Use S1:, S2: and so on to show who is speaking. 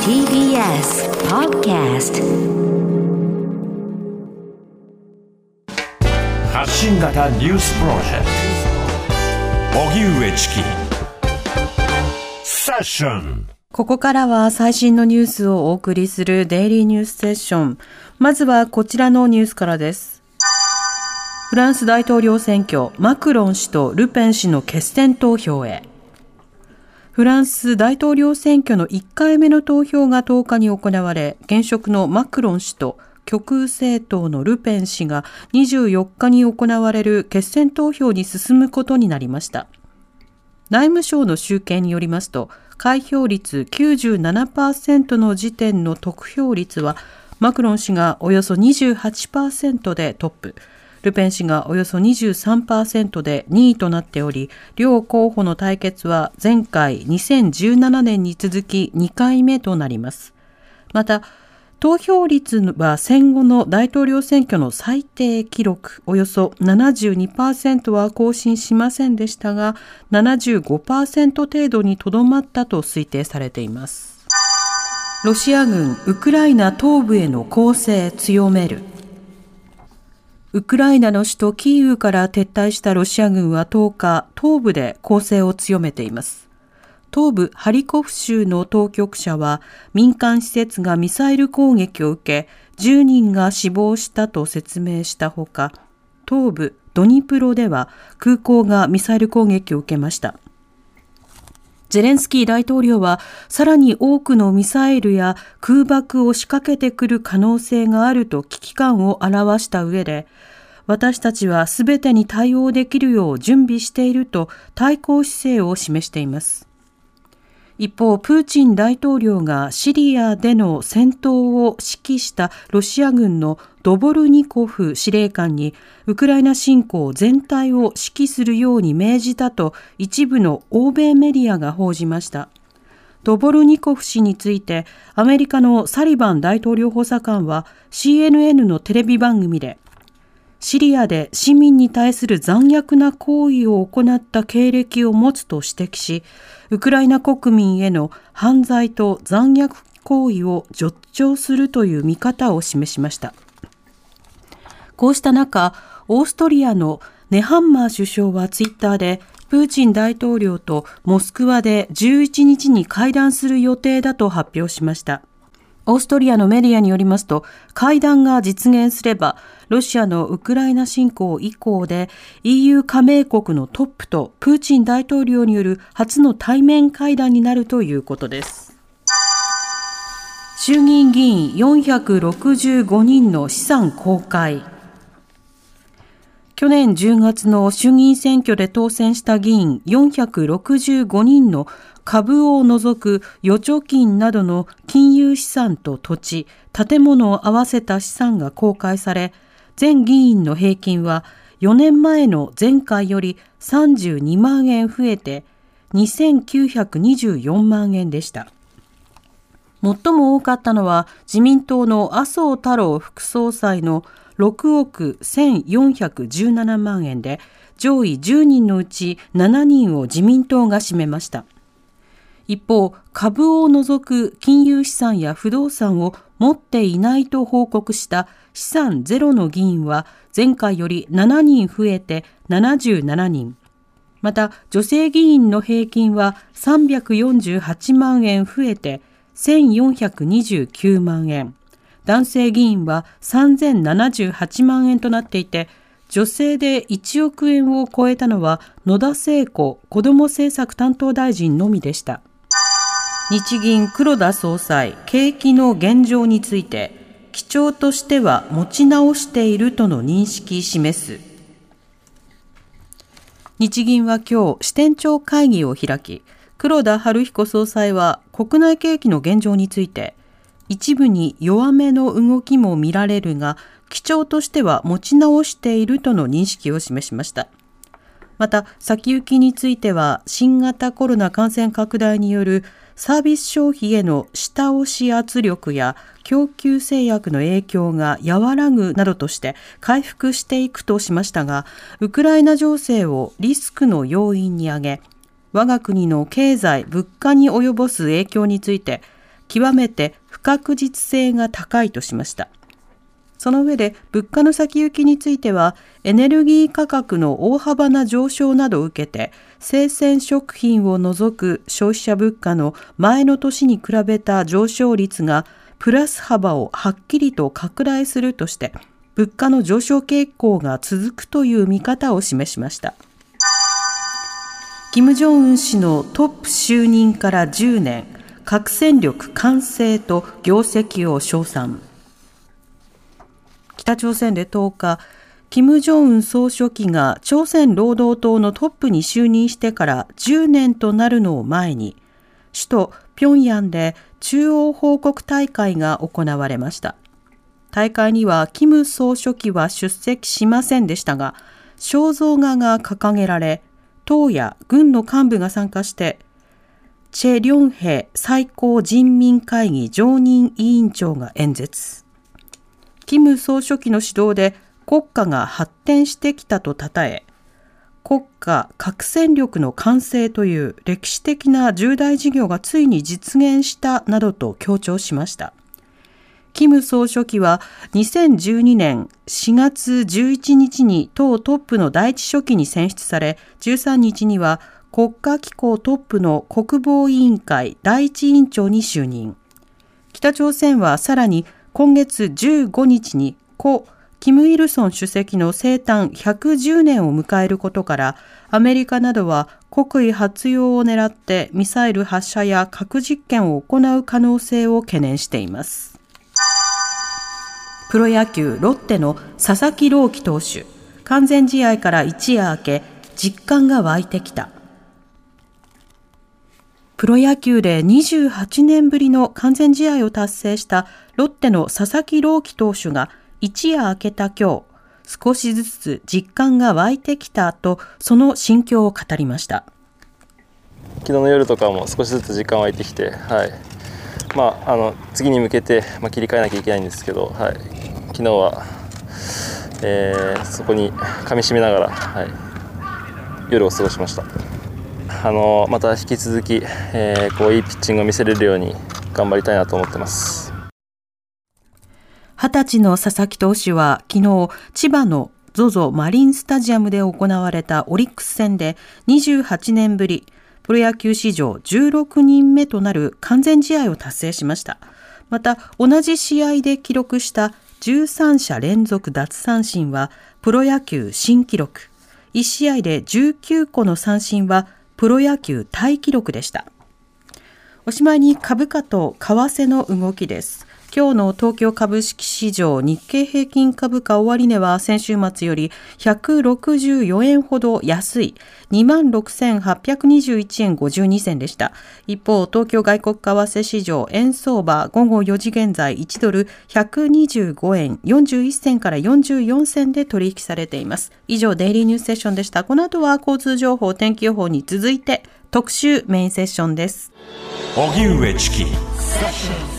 S1: TBS Podcast
S2: 発信型ニュースプロジェクト荻上チキセッション。
S3: ここからは最新のニュースをお送りするデイリーニュースセッション。まずはこちらのニュースからです。フランス大統領選挙、マクロン氏とルペン氏の決選投票へ。フランス大統領選挙の1回目の投票が10日に行われ、現職のマクロン氏と極右政党のルペン氏が24日に行われる決選投票に進むことになりました。内務省の集計によりますと、開票率 97% の時点の得票率は、マクロン氏がおよそ 28% でトップ、ルペン氏がおよそ 23% で2位となっており、両候補の対決は前回2017年に続き2回目となります。また、投票率は戦後の大統領選挙の最低記録およそ 72% は更新しませんでしたが、75% 程度にとどまったと推定されています。ロシア軍、ウクライナ東部への攻勢強める。ウクライナの首都キーウから撤退したロシア軍は10日、東部で攻勢を強めています。東部ハリコフ州の当局者は、民間施設がミサイル攻撃を受け、10人が死亡したと説明したほか、東部ドニプロでは空港がミサイル攻撃を受けました。ゼレンスキー大統領は、さらに多くのミサイルや空爆を仕掛けてくる可能性があると危機感を表した上で、私たちはすべてに対応できるよう準備していると対抗姿勢を示しています。一方、プーチン大統領がシリアでの戦闘を指揮したロシア軍のドボルニコフ司令官にウクライナ侵攻全体を指揮するように命じたと一部の欧米メディアが報じました。ドボルニコフ氏についてアメリカのサリバン大統領補佐官は CNN のテレビ番組で、シリアで市民に対する残虐な行為を行った経歴を持つと指摘し、ウクライナ国民への犯罪と残虐行為を助長するという見方を示しました。こうした中、オーストリアのネハンマー首相はツイッターで、プーチン大統領とモスクワで11日に会談する予定だと発表しました。オーストリアのメディアによりますと、会談が実現すれば、ロシアのウクライナ侵攻以降で EU 加盟国のトップとプーチン大統領による初の対面会談になるということです。衆議院議員465人の資産公開。去年10月の衆議院選挙で当選した議員465人の株を除く預貯金などの金融資産と土地、建物を合わせた資産が公開され、全議員の平均は4年前の前回より32万円増えて2924万円でした。最も多かったのは自民党の麻生太郎副総裁の6億1417万円で、上位10人のうち7人を自民党が占めました。一方、株を除く金融資産や不動産を持っていないと報告した資産ゼロの議員は前回より7人増えて77人。また、女性議員の平均は348万円増えて1429万円。男性議員は3078万円となっていて、女性で1億円を超えたのは野田聖子子ども政策担当大臣のみでした。日銀黒田総裁、景気の現状について、基調としては持ち直しているとの認識示す。日銀は今日、支店長会議を開き、黒田晴彦総裁は国内景気の現状について、一部に弱めの動きも見られるが、基調としては持ち直しているとの認識を示しました。また、先行きについては、新型コロナ感染拡大によるサービス消費への下押し圧力や供給制約の影響が和らぐなどとして回復していくとしましたが、ウクライナ情勢をリスクの要因に挙げ、我が国の経済・物価に及ぼす影響について、 極めて不確実性が高いとしました。その上で物価の先行きについては、エネルギー価格の大幅な上昇などを受けて、生鮮食品を除く消費者物価の前の年に比べた上昇率がプラス幅をはっきりと拡大するとして、物価の上昇傾向が続くという見方を示しました。金正恩氏のトップ就任から10年、核戦力完成と業績を称賛。北朝鮮で10日、金正恩総書記が朝鮮労働党のトップに就任してから10年となるのを前に、首都平壌で中央報告大会が行われました。大会には金総書記は出席しませんでしたが、肖像画が掲げられ、党や軍の幹部が参加して、チェ・リョンヘ最高人民会議常任委員長が演説。金総書記の指導で国家が発展してきたと称え、国家核戦力の完成という歴史的な重大事業がついに実現したなどと強調しました。金総書記は2012年4月11日に党トップの第一書記に選出され、13日には国家機構トップの国防委員会第一委員長に就任。北朝鮮はさらに今月15日に故金日成主席の生誕110年を迎えることから、アメリカなどは国威発揚を狙ってミサイル発射や核実験を行う可能性を懸念しています。プロ野球ロッテの佐々木朗希投手、完全試合から一夜明け、実感が湧いてきた。プロ野球で28年ぶりの完全試合を達成したロッテの佐々木朗希投手が一夜明けた今日、少しずつ実感が湧いてきたと、その心境を語りました。
S1: 昨日の夜とかも少しずつ実感湧いてきて、次に向けて、切り替えなきゃいけないんですけど、昨日は、そこに噛み締めながら、夜を過ごしました。また引き続き、いいピッチングを見せれるように頑張りたいなと思ってます。
S3: 20歳の佐々木投手は昨日、千葉の ZOZO マリンスタジアムで行われたオリックス戦で28年ぶり、プロ野球史上16人目となる完全試合を達成しました。また、同じ試合で記録した13者連続奪三振はプロ野球新記録。1試合で19個の三振はプロ野球タイ記録でした。おしまいに株価と為替の動きです。今日の東京株式市場、日経平均株価終値は先週末より164円ほど安い 26,821 円52銭でした。一方、東京外国為替市場、円相場午後4時現在1ドル125円41銭から44銭で取引されています。以上、デイリーニュースセッションでした。この後は交通情報、天気予報に続いて特集メインセッションです。
S2: 荻上チキ